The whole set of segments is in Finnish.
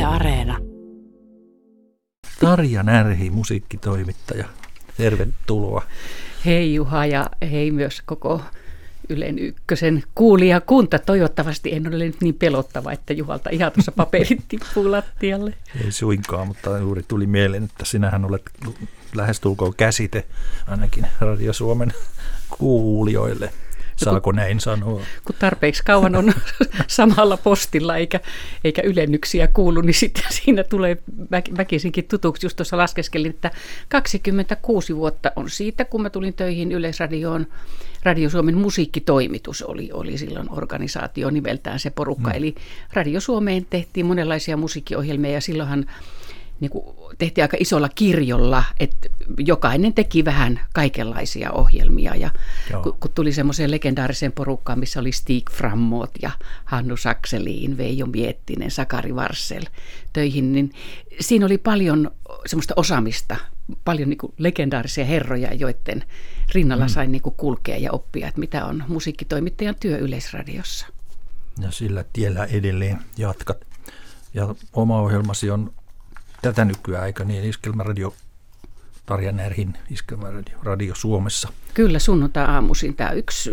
Areena. Tarja Närhi, musiikkitoimittaja. Tervetuloa. Hei Juha ja hei myös koko Ylen Ykkösen kuulijakunta. Toivottavasti en ole nyt niin pelottava, että Juhalta ihan tuossa paperit tippuu lattialle. Ei suinkaan, mutta juuri tuli mieleen, että sinähän olet lähestulkoon käsite ainakin Radio Suomen kuulijoille. Saako näin sanoa? Kun tarpeeksi kauan on samalla postilla eikä ylennyksiä kuulu, niin sitten siinä tulee väkisinkin tutuksi. Just tuossa laskeskelin, että 26 vuotta on siitä, kun mä tulin töihin Yleisradioon. Radio Suomen musiikkitoimitus oli silloin organisaatio nimeltään se porukka. Eli Radio Suomeen tehtiin monenlaisia musiikkiohjelmia ja silloinhan niin kuin tehtiin aika isolla kirjolla, että jokainen teki vähän kaikenlaisia ohjelmia. Ja kun tuli semmoiseen legendaariseen porukkaan, missä oli Stig Frammot ja Hannu Sakselin, Veijo Miettinen, Sakari Varssel töihin, niin siinä oli paljon semmoista osaamista, paljon niin kuin legendaarisia herroja, joiden rinnalla sain niin kuin kulkea ja oppia, että mitä on musiikkitoimittajan työ Yleisradiossa. Ja sillä tiellä edelleen jatkat. Ja oma ohjelmasi on tätä nykyään, eikö niin, Iskelmäradio, Tarja Närhin Iskelmäradio Suomessa. Kyllä, sunnuntai-aamuisin tämä yksi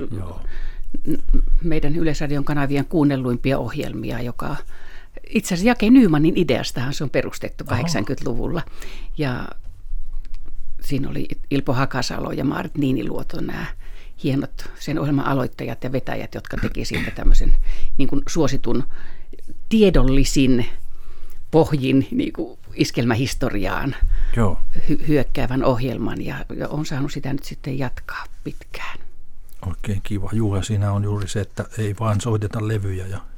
meidän Yleisradion kanavien kuunnelluimpia ohjelmia, joka itse asiassa Jake Nymanin ideastahan se on perustettu 80-luvulla. Ja siinä oli Ilpo Hakasalo ja Maarit Niiniluoto, nämä hienot sen ohjelman aloittajat ja vetäjät, jotka teki siitä tämmöisen niin kuin suositun tiedollisin pohjin niin kuin iskelmähistoriaan hyökkäävän ohjelman ja on saanut sitä nyt sitten jatkaa pitkään. Oikein kiva. Juha, siinä on juuri se, että ei vaan soiteta levyjä ja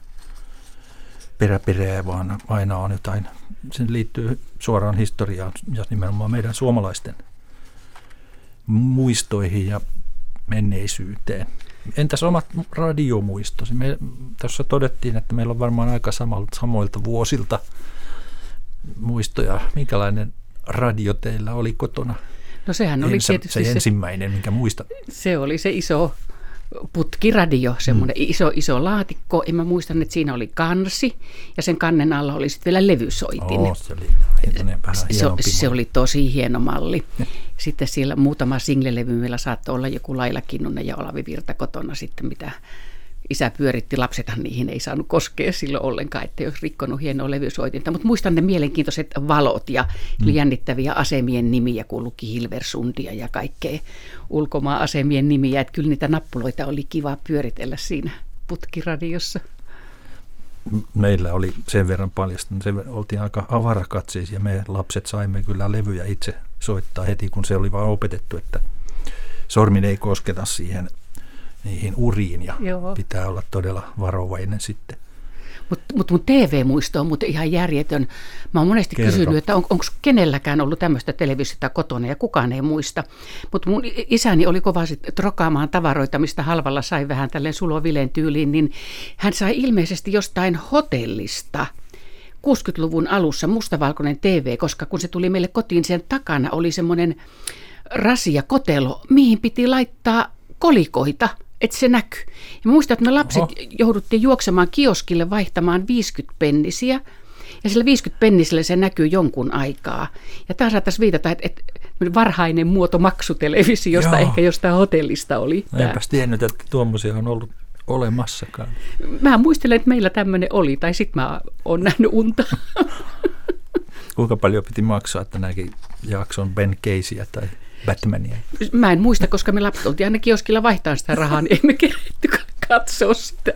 peräperää, vaan aina on jotain. Sen liittyy suoraan historiaan ja nimenomaan meidän suomalaisten muistoihin ja menneisyyteen. Entäs omat radiomuistosi? Me tässä todettiin, että meillä on varmaan aika samoilta vuosilta muistoja. Minkälainen radio teillä oli kotona? No sehän oli tietysti se ensimmäinen, minkä muistat. Se oli se iso putkiradio, semmoinen iso laatikko. Ja mä muistan, että siinä oli kansi ja sen kannen alla oli sitten vielä levysoitin. Se oli tosi hieno malli. Sitten siellä muutama single-levy meillä saattoi olla joku Laila Kinnunen ja Olavi Virta kotona sitten, mitä isä pyöritti. Lapsethan niihin ei saanut koskea silloin ollenkaan, että jos rikkonut hienoa levysoitinta. Mutta muistan ne mielenkiintoiset valot ja jännittäviä asemien nimiä, kun luki Hilversundia ja kaikkea ulkomaan asemien nimiä. Että kyllä niitä nappuloita oli kiva pyöritellä siinä putkiradiossa. Meillä oli sen verran paljastunut, oltiin aika avarakatseisia. Me lapset saimme kyllä levyjä itse soittaa heti, kun se oli vaan opetettu, että sormin ei kosketa niihin uriin ja pitää olla todella varovainen sitten. Mutta mun TV-muisto on muuten ihan järjetön. Mä oon monesti kysynyt, että onko kenelläkään ollut tämmöistä televisiota kotona ja kukaan ei muista. Mutta mun isäni oli kovasti trokaamaan tavaroita, mistä halvalla sai vähän tälleen Sulo-Vilen tyyliin, niin hän sai ilmeisesti jostain hotellista 60-luvun alussa mustavalkoinen TV, koska kun se tuli meille kotiin, sen takana oli semmoinen rasia kotelo, mihin piti laittaa kolikoita, että se näkyy. Ja muistan, että me lapset jouduttiin juoksemaan kioskille vaihtamaan 50 pennisiä, ja sillä 50 pennisellä se näkyy jonkun aikaa. Ja taas saataisiin viitata, että varhainen muoto maksutelevisiosta ehkä jostain hotellista oli. Enpäs tiennyt, että tuommoisia on ollut olemassakaan. Mä muistelen, että meillä tämmöinen oli, tai sitten mä oon nähnyt unta. Kuinka paljon piti maksaa, että näki jakson Ben Caseyä tai Batmania? Mä en muista, koska me lapset oltiin aina kioskilla vaihtaa sitä rahaa, niin emme keretty katsoa sitä.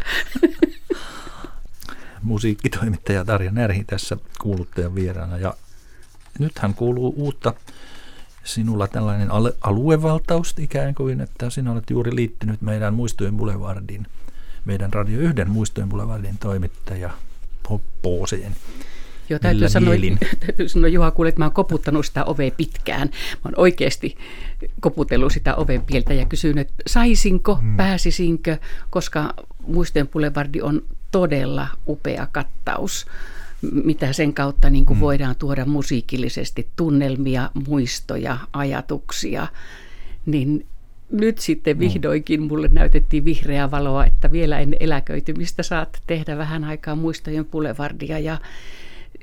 Musiikkitoimittaja Tarja Närhi tässä kuuluttajan vieraana. Ja nythän kuuluu uutta, sinulla tällainen aluevaltaus ikään kuin, että sinä olet juuri liittynyt meidän Muistojen Boulevardin, meidän Radio 1 Muistojen Boulevardin toimittaja Poppooseen. Joo, täytyy sanoa Juha, kuule, että mä oon koputtanut sitä ovea pitkään. Mä oon oikeasti koputellut sitä oven pieltä ja kysynyt, että saisinko, pääsisinkö, koska Muistojen Boulevardi on todella upea kattaus, mitä sen kautta niin kuin voidaan tuoda musiikillisesti tunnelmia, muistoja, ajatuksia, niin nyt sitten vihdoinkin mulle näytettiin vihreää valoa, että vielä ennen eläköitymistä saat tehdä vähän aikaa Muistojen Boulevardia ja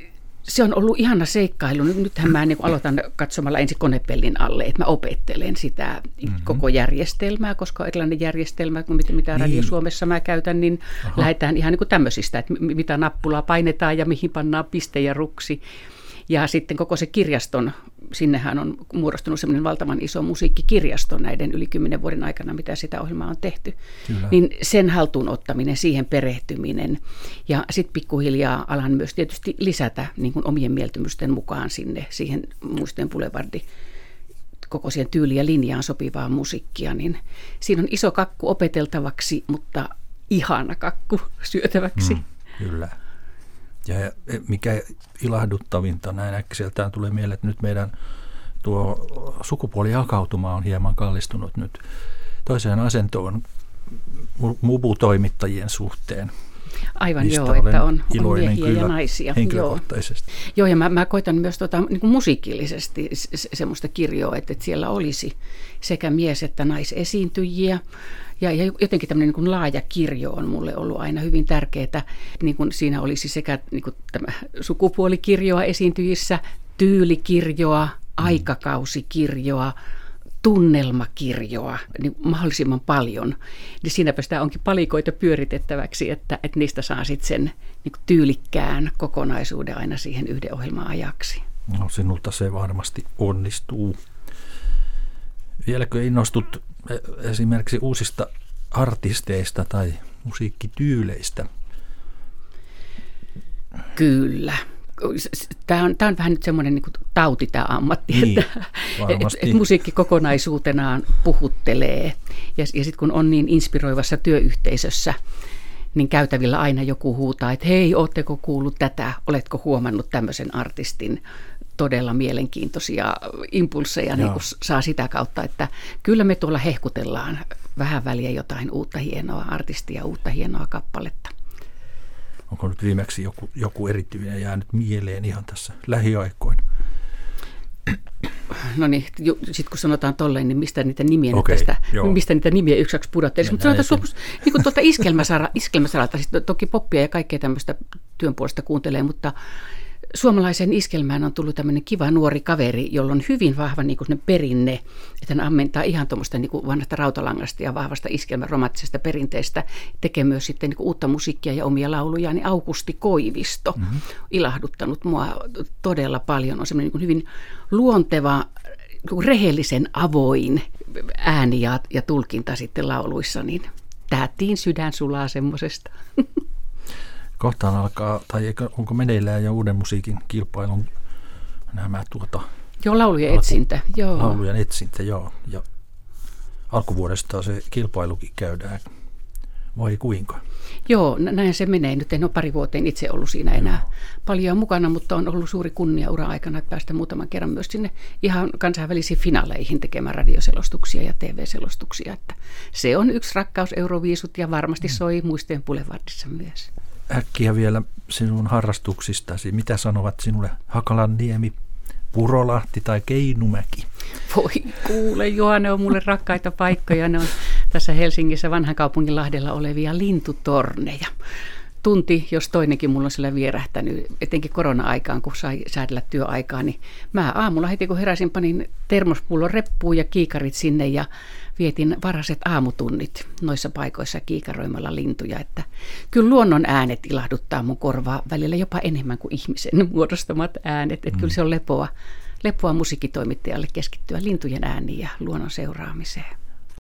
Se on ollut ihana seikkailu. Nythän mä niin aloitan katsomalla ensin konepellin alle, että mä opettelen sitä koko järjestelmää, koska erilainen järjestelmä, mitä Radio Suomessa mä käytän, niin lähdetään ihan niin kuin tämmöisistä, että mitä nappulaa painetaan ja mihin pannaan piste ja ruksi. Ja sitten koko se kirjaston, sinnehän on muodostunut semmoinen valtavan iso musiikkikirjasto näiden yli 10 vuoden aikana, mitä sitä ohjelmaa on tehty. Kyllä. Niin sen haltuun ottaminen, siihen perehtyminen. Ja sitten pikkuhiljaa alan myös tietysti lisätä niin kuin omien mieltymysten mukaan sinne, siihen Muistojen Boulevardin koko siihen tyyliin ja linjaan sopivaa musiikkia. Niin siinä on iso kakku opeteltavaksi, mutta ihana kakku syötäväksi. Kyllä. Ja mikä ilahduttavinta näin äkkiseltään tulee mieleen, että nyt meidän tuo sukupuolijakautuma on hieman kallistunut nyt toiseen asentoon mubutoimittajien suhteen. Aivan mistä joo, että on iloinen miehiä ja naisia. Henkilökohtaisesti. Joo, ja mä koitan myös niin kuin musiikillisesti semmoista kirjoa, että siellä olisi sekä mies- että naisesiintyjiä. Ja jotenkin tämmöinen niin kuin laaja kirjo on mulle ollut aina hyvin tärkeää. Niin kuin siinä olisi sekä niin kuin tämä sukupuolikirjoa esiintyjissä, tyylikirjoa, aikakausikirjoa, tunnelmakirjoa, niin mahdollisimman paljon. Niin siinäpä sitä onkin palikoita pyöritettäväksi, että niistä saa sitten sen niin kuin tyylikkään kokonaisuuden aina siihen yhden ohjelman ajaksi. No, sinulta se varmasti onnistuu. Vieläkö innostut esimerkiksi uusista artisteista tai musiikkityyleistä? Kyllä. Tämä on vähän nyt semmoinen niin kuin tauti tämä ammatti, niin, että musiikki kokonaisuutenaan puhuttelee. Ja sitten kun on niin inspiroivassa työyhteisössä, niin käytävillä aina joku huutaa, että hei, ootteko kuullut tätä, oletko huomannut tämmöisen artistin? Todella mielenkiintoisia impulseja niin kuin saa sitä kautta, että kyllä me tuolla hehkutellaan vähän väliä jotain uutta hienoa artistia, uutta hienoa kappaletta. Onko nyt viimeksi joku erityinen jäänyt mieleen ihan tässä lähiaikoina? No niin, sitten kun sanotaan tolleen, niin mistä niitä nimiä mistä niitä nimiä yksikäksi pudottelisi. Mutta sanotaan niin kuin tuolta iskelmäsaralta, siis toki poppia ja kaikkea tämmöistä työn puolesta kuuntelee, mutta suomalaisen iskelmään on tullut tämmöinen kiva nuori kaveri, jolla on hyvin vahva niin kuin perinne, että hän ammentaa ihan tuommoista niin kuin vanhasta rautalangasta ja vahvasta iskelmän romanttisesta perinteestä. Tekee myös sitten niin kuin uutta musiikkia ja omia lauluja, niin Aukusti Koivisto ilahduttanut mua todella paljon. On semmoinen niin kuin hyvin luonteva, rehellisen avoin ääni ja tulkinta sitten lauluissa, niin tätiin sydän sulaa semmoisesta. Kohtaan alkaa, tai onko meneillään jo uuden musiikin kilpailun nämä Joo, laulujen etsintä. Joo. Laulujen etsintä, joo. Ja alkuvuodesta se kilpailukin käydään, vai kuinka? Joo, näin se menee. Nyt en ole pari vuoteen itse ollut siinä enää paljon mukana, mutta on ollut suuri kunnia uran aikana, että päästä muutaman kerran myös sinne ihan kansainvälisiin finaaleihin tekemään radioselostuksia ja TV-selostuksia. Että se on yksi rakkaus Euroviisut ja varmasti soi Muistojen Boulevardissa myös. Äkkiä vielä sinun harrastuksistasi. Mitä sanovat sinulle Hakalanniemi, Purolahti tai Keinumäki? Voi kuule, joo, ne on mulle rakkaita paikkoja. Ne on tässä Helsingissä Vanhankaupunginlahdella olevia lintutorneja. Tunti, jos toinenkin mulla on siellä vierähtänyt, etenkin korona-aikaan, kun sai säädellä työaikaa, niin mä aamulla heti kun heräsin, panin termospullon reppuun ja kiikarit sinne ja vietin varhaiset aamutunnit noissa paikoissa kiikaroimalla lintuja. Että kyllä luonnon äänet ilahduttaa mun korvaa välillä jopa enemmän kuin ihmisen muodostamat äänet. Että kyllä se on lepoa musiikkitoimittajalle keskittyä lintujen ääniin ja luonnon seuraamiseen.